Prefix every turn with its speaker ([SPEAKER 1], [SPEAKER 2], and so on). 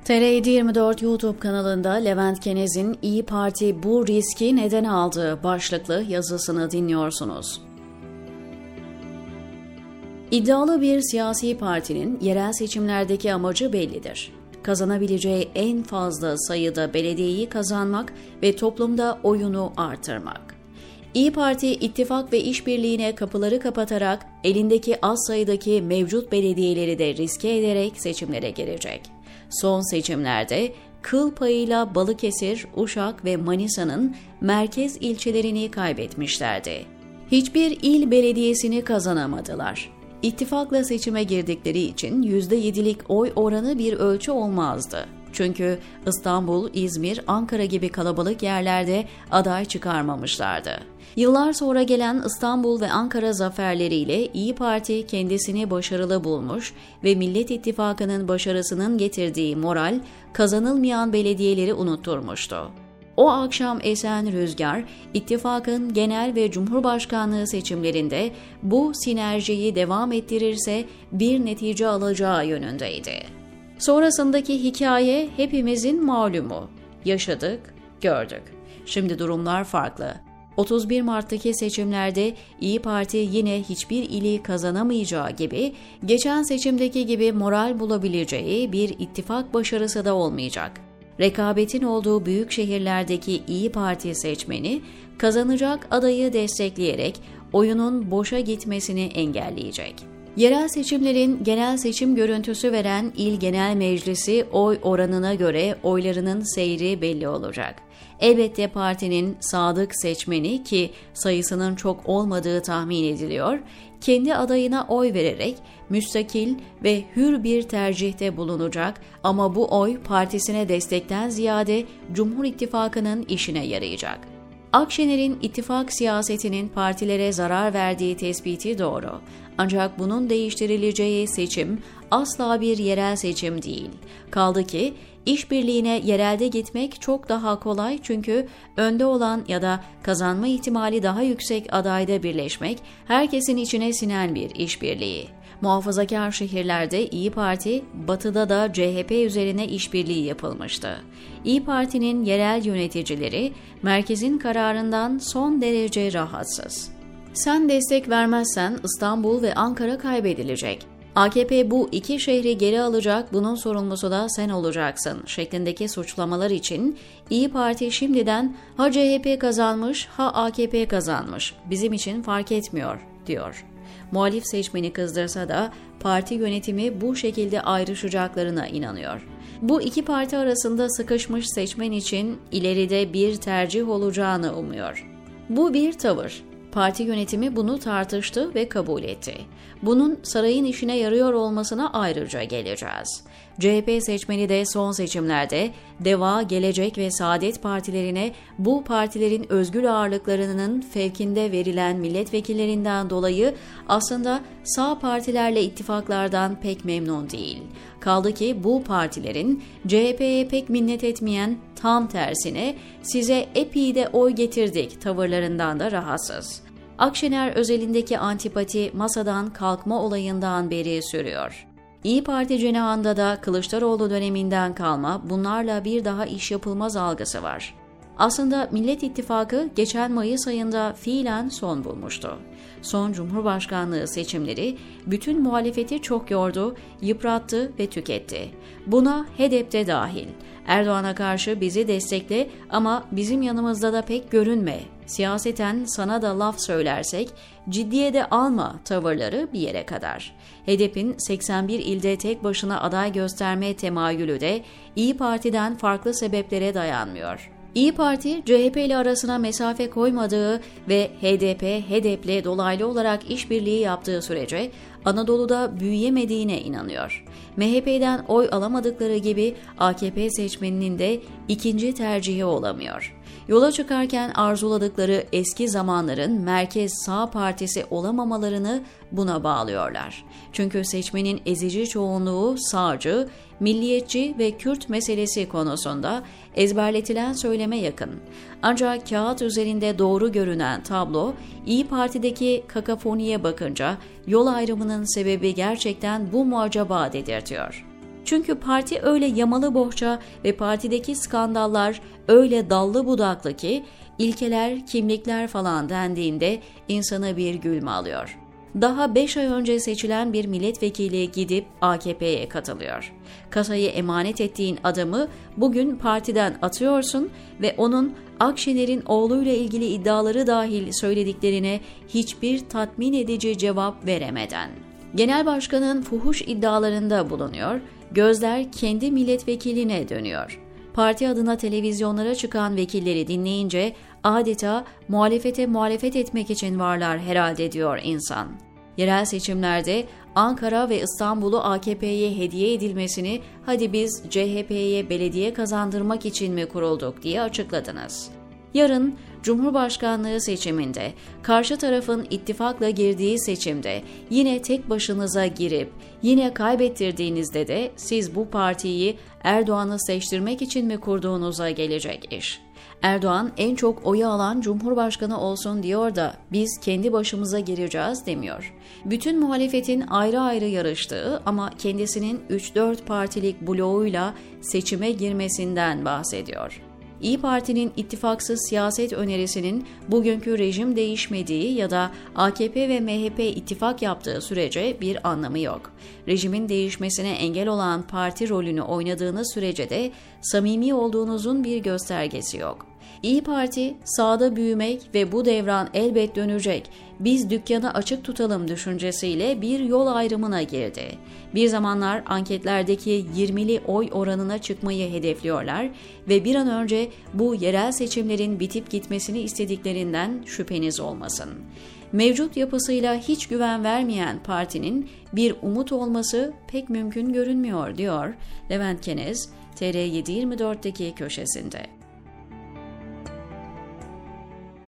[SPEAKER 1] TR724 YouTube kanalında Levent Kenez'in İyi Parti bu riski neden aldığı başlıklı yazısını dinliyorsunuz. İddialı bir siyasi partinin yerel seçimlerdeki amacı bellidir. Kazanabileceği en fazla sayıda belediyeyi kazanmak ve toplumda oyunu artırmak. İyi Parti ittifak ve işbirliğine kapıları kapatarak elindeki az sayıdaki mevcut belediyeleri de riske ederek seçimlere girecek. Son seçimlerde kıl payıyla Balıkesir, Uşak ve Manisa'nın merkez ilçelerini kaybetmişlerdi. Hiçbir il belediyesini kazanamadılar. İttifakla seçime girdikleri için %7'lik oy oranı bir ölçü olmazdı. Çünkü İstanbul, İzmir, Ankara gibi kalabalık yerlerde aday çıkarmamışlardı. Yıllar sonra gelen İstanbul ve Ankara zaferleriyle İyi Parti kendisini başarılı bulmuş ve Millet İttifakı'nın başarısının getirdiği moral kazanılmayan belediyeleri unutturmuştu. O akşam esen rüzgar, ittifakın genel ve cumhurbaşkanlığı seçimlerinde bu sinerjiyi devam ettirirse bir netice alacağı yönündeydi. Sonrasındaki hikaye hepimizin malumu. Yaşadık, gördük. Şimdi durumlar farklı. 31 Mart'taki seçimlerde İyi Parti yine hiçbir ili kazanamayacağı gibi, geçen seçimdeki gibi moral bulabileceği bir ittifak başarısı da olmayacak. Rekabetin olduğu büyük şehirlerdeki İyi Parti seçmeni, kazanacak adayı destekleyerek oyunun boşa gitmesini engelleyecek. Yerel seçimlerin genel seçim görüntüsü veren İl Genel Meclisi oy oranına göre oylarının seyri belli olacak. Elbette partinin sadık seçmeni, ki sayısının çok olmadığı tahmin ediliyor, kendi adayına oy vererek müstakil ve hür bir tercihte bulunacak, ama bu oy partisine destekten ziyade Cumhur İttifakı'nın işine yarayacak. Akşener'in ittifak siyasetinin partilere zarar verdiği tespiti doğru. Ancak bunun değiştirileceği seçim asla bir yerel seçim değil. Kaldı ki işbirliğine yerelde gitmek çok daha kolay, çünkü önde olan ya da kazanma ihtimali daha yüksek adayda birleşmek herkesin içine sinen bir işbirliği. Muhafazakar şehirlerde İyi Parti, batıda da CHP üzerine işbirliği yapılmıştı. İyi Parti'nin yerel yöneticileri merkezin kararından son derece rahatsız. Sen destek vermezsen İstanbul ve Ankara kaybedilecek. AKP bu iki şehri geri alacak, bunun sorumlusu da sen olacaksın şeklindeki suçlamalar için İyi Parti şimdiden ha CHP kazanmış ha AKP kazanmış, bizim için fark etmiyor diyor. Muhalif seçmeni kızdırsa da parti yönetimi bu şekilde ayrışacaklarına inanıyor. Bu iki parti arasında sıkışmış seçmen için ileride bir tercih olacağını umuyor. Bu bir tavır. Parti yönetimi bunu tartıştı ve kabul etti. Bunun sarayın işine yarıyor olmasına ayrıca geleceğiz. CHP seçmeni de son seçimlerde DEVA, Gelecek ve Saadet partilerine bu partilerin özgür ağırlıklarının fevkinde verilen milletvekillerinden dolayı aslında sağ partilerle ittifaklardan pek memnun değil. Kaldı ki bu partilerin CHP'ye pek minnet etmeyen, tam tersine size epey de oy getirdik tavırlarından da rahatsız. Akşener özelindeki antipati masadan kalkma olayından beri sürüyor. İyi Parti cenahında da Kılıçdaroğlu döneminden kalma bunlarla bir daha iş yapılmaz algısı var. Aslında Millet İttifakı geçen Mayıs ayında fiilen son bulmuştu. Son Cumhurbaşkanlığı seçimleri bütün muhalefeti çok yordu, yıprattı ve tüketti. Buna HDP de dahil. Erdoğan'a karşı bizi destekle ama bizim yanımızda da pek görünme, siyaseten sana da laf söylersek ciddiye de alma tavırları bir yere kadar. HDP'nin 81 ilde tek başına aday gösterme temayülü de İyi Parti'den farklı sebeplere dayanmıyor. İyi Parti, CHP ile arasına mesafe koymadığı ve HDP'le dolaylı olarak işbirliği yaptığı sürece Anadolu'da büyüyemediğine inanıyor. MHP'den oy alamadıkları gibi AKP seçmeninin de ikinci tercihi olamıyor. Yola çıkarken arzuladıkları eski zamanların merkez sağ partisi olamamalarını buna bağlıyorlar. Çünkü seçmenin ezici çoğunluğu sağcı, milliyetçi ve Kürt meselesi konusunda ezberletilen söyleme yakın. Ancak kağıt üzerinde doğru görünen tablo, İyi Parti'deki kakafoniye bakınca yol ayrımının sebebi gerçekten bu mu acaba dedirtiyor. Çünkü parti öyle yamalı bohça ve partideki skandallar öyle dallı budaklı ki ilkeler, kimlikler falan dendiğinde insana bir gülme alıyor. Daha 5 ay önce seçilen bir milletvekili gidip AKP'ye katılıyor. Kasayı emanet ettiğin adamı bugün partiden atıyorsun ve onun Akşener'in oğluyla ilgili iddiaları dahil söylediklerine hiçbir tatmin edici cevap veremeden. Genel başkanın fuhuş iddialarında bulunuyor, gözler kendi milletvekiline dönüyor. Parti adına televizyonlara çıkan vekilleri dinleyince adeta muhalefete muhalefet etmek için varlar herhalde diyor insan. Yerel seçimlerde Ankara ve İstanbul'u AKP'ye hediye edilmesini hadi biz CHP'ye belediye kazandırmak için mi kurulduk diye açıkladınız. Yarın Cumhurbaşkanlığı seçiminde, karşı tarafın ittifakla girdiği seçimde yine tek başınıza girip yine kaybettirdiğinizde de siz bu partiyi Erdoğan'ı seçtirmek için mi kurduğunuza gelecek iş. Erdoğan en çok oyu alan Cumhurbaşkanı olsun diyor da biz kendi başımıza gireceğiz demiyor. Bütün muhalefetin ayrı ayrı yarıştığı ama kendisinin 3-4 partilik bloğuyla seçime girmesinden bahsediyor. İYİ Parti'nin ittifaksız siyaset önerisinin bugünkü rejim değişmediği ya da AKP ve MHP ittifak yaptığı sürece bir anlamı yok. Rejimin değişmesine engel olan parti rolünü oynadığınız sürece de samimi olduğunuzun bir göstergesi yok. İYİ Parti sağda büyümek ve bu devran elbet dönecek, biz dükkanı açık tutalım düşüncesiyle bir yol ayrımına girdi. Bir zamanlar anketlerdeki 20'li oy oranına çıkmayı hedefliyorlar ve bir an önce bu yerel seçimlerin bitip gitmesini istediklerinden şüpheniz olmasın. Mevcut yapısıyla hiç güven vermeyen partinin bir umut olması pek mümkün görünmüyor diyor Levent Kenez, TR724'deki köşesinde.